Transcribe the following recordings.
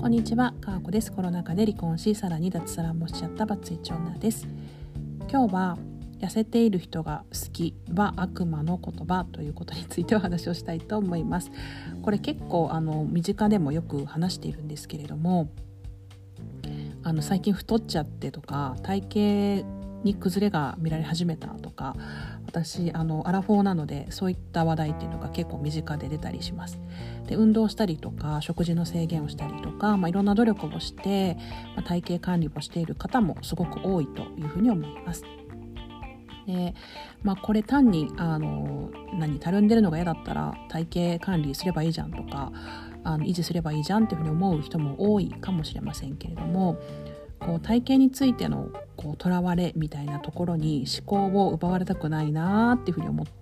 んにちは、かわこです。コロナ禍で離婚し、さらに脱サラもしちゃったバツイチ女です。今日は痩せている人が好きは悪魔の言葉ということについてお話をしたいと思います。これ結構身近でもよく話しているんですけれども、最近太っちゃってとか、体型に崩れが見られ始めたとか、私アラフォーなのでそういった話題っていうのが結構身近で出たりします。で、運動したりとか食事の制限をしたりとか、いろんな努力をして、体型管理をしている方もすごく多いというふうに思います。で、これ単にたるんでるのが嫌だったら体型管理すればいいじゃんとか維持すればいいじゃんっていうふうに思う人も多いかもしれませんけれども、体型についてのとらわれみたいなところに思考を奪われたくないなっていうふうに思って、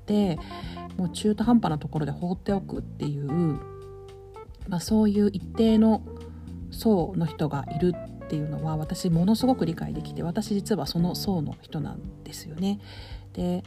もう中途半端なところで放っておくっていう、そういう一定の層の人がいるっていうのは私ものすごく理解できて、私実はその層の人なんですよね。で、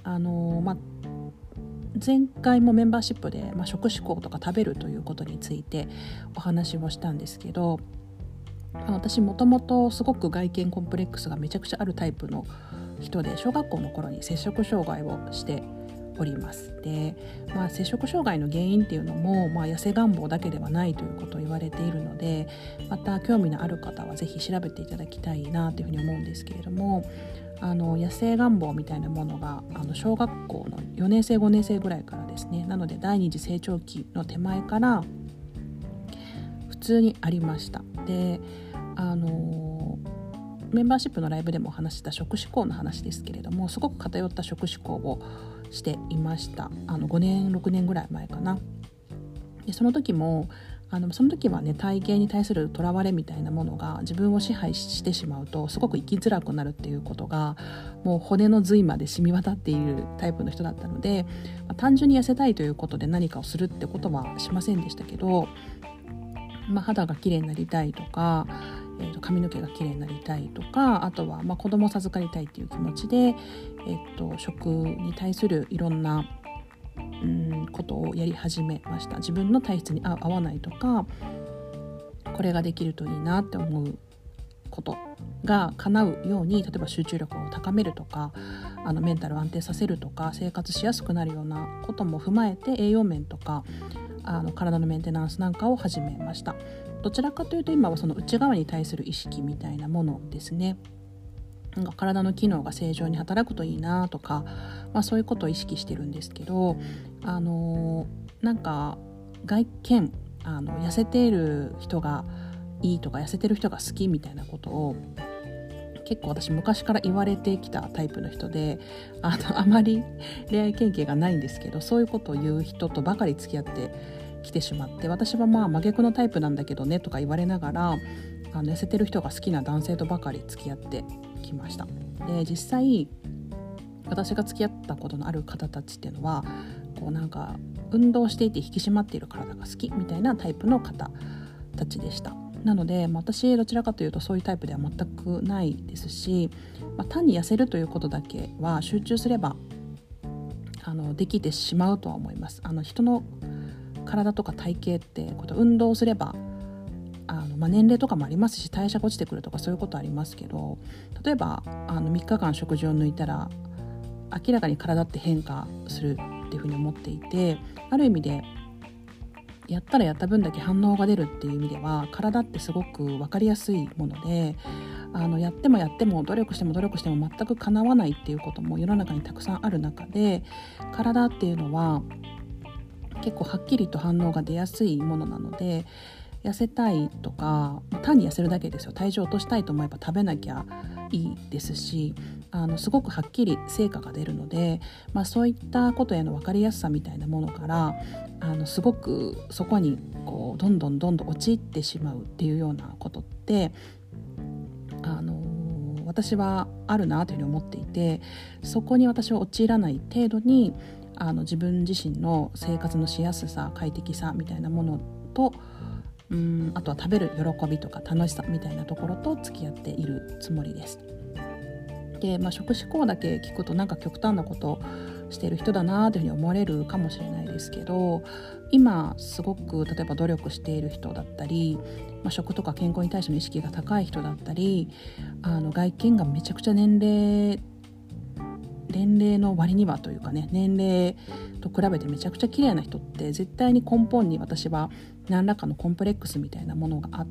前回もメンバーシップで、食思考とか食べるということについてお話をしたんですけど、私もともとすごく外見コンプレックスがめちゃくちゃあるタイプの人で、小学校の頃に摂食障害をしております。で、摂食障害の原因っていうのも、痩せ願望だけではないということを言われているので、また興味のある方はぜひ調べていただきたいなというふうに思うんですけれども、痩せ願望みたいなものが小学校の4年生5年生ぐらいからですね、なので第二次成長期の手前から普通にありました。で、メンバーシップのライブでも話した食思考の話ですけれども、すごく偏った食思考をしていました。5年6年ぐらい前かな。で、その時もその時はね、体型に対するとらわれみたいなものが自分を支配してしまうとすごく生きづらくなるっていうことがもう骨の髄まで染み渡っているタイプの人だったので、単純に痩せたいということで何かをするってことはしませんでしたけど、肌が綺麗になりたいとか、髪の毛が綺麗になりたいとか、あとは子供を授かりたいっていう気持ちで、食に対するいろんなことをやり始めました。自分の体質に合わないとか、これができるといいなって思うことが叶うように、例えば集中力を高めるとか、メンタルを安定させるとか、生活しやすくなるようなことも踏まえて栄養面とか体のメンテナンスなんかを始めました。どちらかというと今はその内側に対する意識みたいなものですね。体の機能が正常に働くといいなとか、そういうことを意識してるんですけど、外見痩せている人がいいとか痩せてる人が好きみたいなことを結構私昔から言われてきたタイプの人で、あまり恋愛経験がないんですけど、そういうことを言う人とばかり付き合ってきてしまって、私は真逆のタイプなんだけどねとか言われながら、痩せてる人が好きな男性とばかり付き合ってきました。で、実際私が付き合ったことのある方たちっていうのは運動していて引き締まっている体が好きみたいなタイプの方たちでした。なので、私どちらかというとそういうタイプでは全くないですし、単に痩せるということだけは集中すればできてしまうとは思います。人の体とか体型って運動すれば年齢とかもありますし、代謝が落ちてくるとかそういうことありますけど、例えば3日間食事を抜いたら明らかに体って変化するっていうふうに思っていて、ある意味でやったらやった分だけ反応が出るっていう意味では体ってすごく分かりやすいもので、やっても努力しても全く叶わないっていうことも世の中にたくさんある中で、体っていうのは結構はっきりと反応が出やすいものなので、痩せたいとか単に痩せるだけですよ。体重を落としたいと思えば食べなきゃいいですし、すごくはっきり成果が出るので、そういったことへの分かりやすさみたいなものからすごくそこにどんどん陥ってしまうっていうようなことって私はあるなというふうに思っていて、そこに私は陥らない程度に自分自身の生活のしやすさ、快適さみたいなものとあとは食べる喜びとか楽しさみたいなところと付き合っているつもりです。で、食思考だけ聞くと極端なことしている人だなというふうに思われるかもしれないですけど、今すごく例えば努力している人だったり、食とか健康に対しての意識が高い人だったり、外見がめちゃくちゃ年齢の割にはというかね、年齢と比べてめちゃくちゃ綺麗な人って絶対に根本に私は何らかのコンプレックスみたいなものがあって、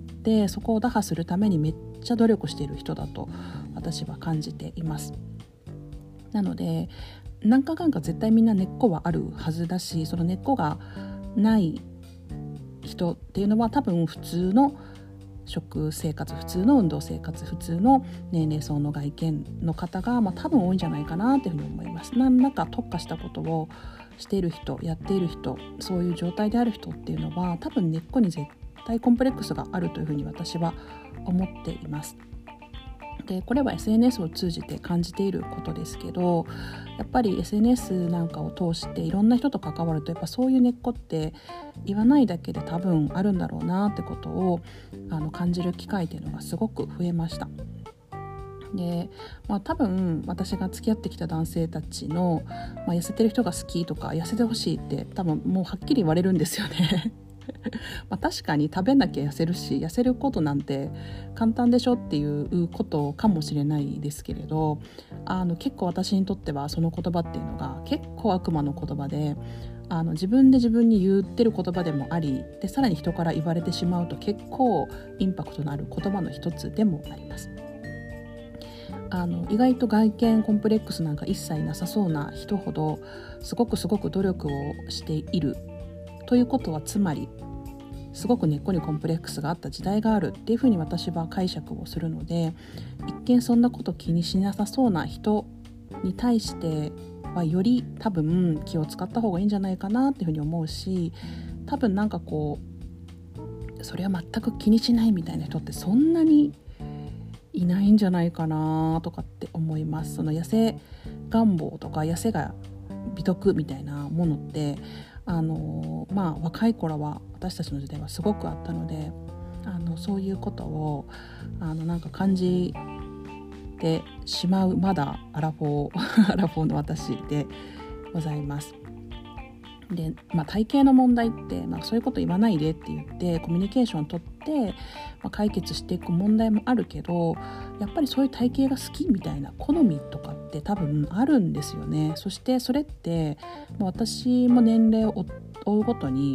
そこを打破するためにめっちゃ努力している人だと私は感じています。なので何かかんか絶対みんな根っこはあるはずだし、その根っこがない人っていうのは多分普通の食生活、普通の運動生活、普通の年齢層の外見の方が、多分多いんじゃないかなというふうに思います。何らか特化したことをしている人、やっている人、そういう状態である人っていうのは多分根っこに絶対コンプレックスがあるというふうに私は思っています。でこれは SNS を通じて感じていることですけど、やっぱり SNS なんかを通していろんな人と関わると、やっぱそういう根っこって言わないだけで多分あるんだろうなってことを感じる機会っていうのがすごく増えました。で、多分私が付き合ってきた男性たちの、痩せてる人が好きとか痩せてほしいって多分もうはっきり言われるんですよね確かに食べなきゃ痩せるし、痩せることなんて簡単でしょっていうことかもしれないですけれど、結構私にとってはその言葉っていうのが結構悪魔の言葉で、自分で自分に言ってる言葉でもあり、でさらに人から言われてしまうと結構インパクトのある言葉の一つでもあります。意外と外見コンプレックスなんか一切なさそうな人ほどすごく努力をしているということは、つまりすごく根っこにコンプレックスがあった時代があるっていうふうに私は解釈をするので、一見そんなこと気にしなさそうな人に対してはより多分気を使った方がいいんじゃないかなっていうふうに思うし、多分なんかそれは全く気にしないみたいな人ってそんなにいないんじゃないかなとかって思います。その痩せ願望とか痩せが美徳みたいなものって若い頃は私たちの時代はすごくあったので、そういうことをなんか感じてしまう、まだアラフォーの私でございます。で、体型の問題って、そういうこと言わないでって言ってコミュニケーションを取って、解決していく問題もあるけど、やっぱりそういう体型が好きみたいな好みとかって多分あるんですよね。そしてそれって私も年齢を追うごとに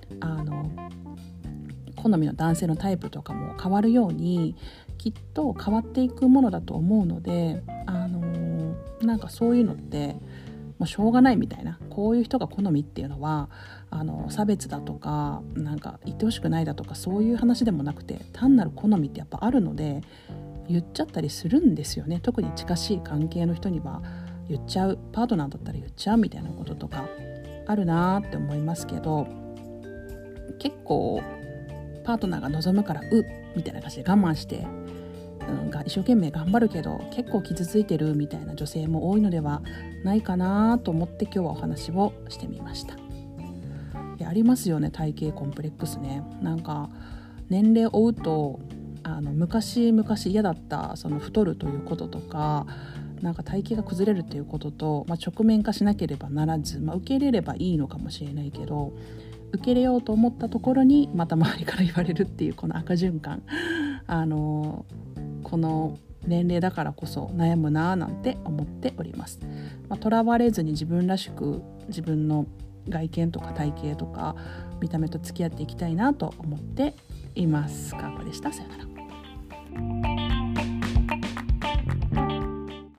好みの男性のタイプとかも変わるようにきっと変わっていくものだと思うので、なんかそういうのってもうしょうがないみたいな、こういう人が好みっていうのは差別だとかなんか言ってほしくないだとかそういう話でもなくて、単なる好みってやっぱあるので言っちゃったりするんですよね。特に近しい関係の人には言っちゃう、パートナーだったら言っちゃうみたいなこととかあるなって思いますけど、結構パートナーが望むからみたいな感じで我慢して一生懸命頑張るけど結構傷ついてるみたいな女性も多いのではないかなと思って今日はお話をしてみました。ありますよね、体型コンプレックスね。なんか年齢を追うと昔嫌だったその太るということとか、なんか体型が崩れるということと、直面化しなければならず、受け入れればいいのかもしれないけど、受け入れようと思ったところにまた周りから言われるっていうこの赤循環、この年齢だからこそ悩むななんて思っております。とらわれずに自分らしく自分の外見とか体型とか見た目と付き合っていきたいなと思っています。かーこでした。さよなら。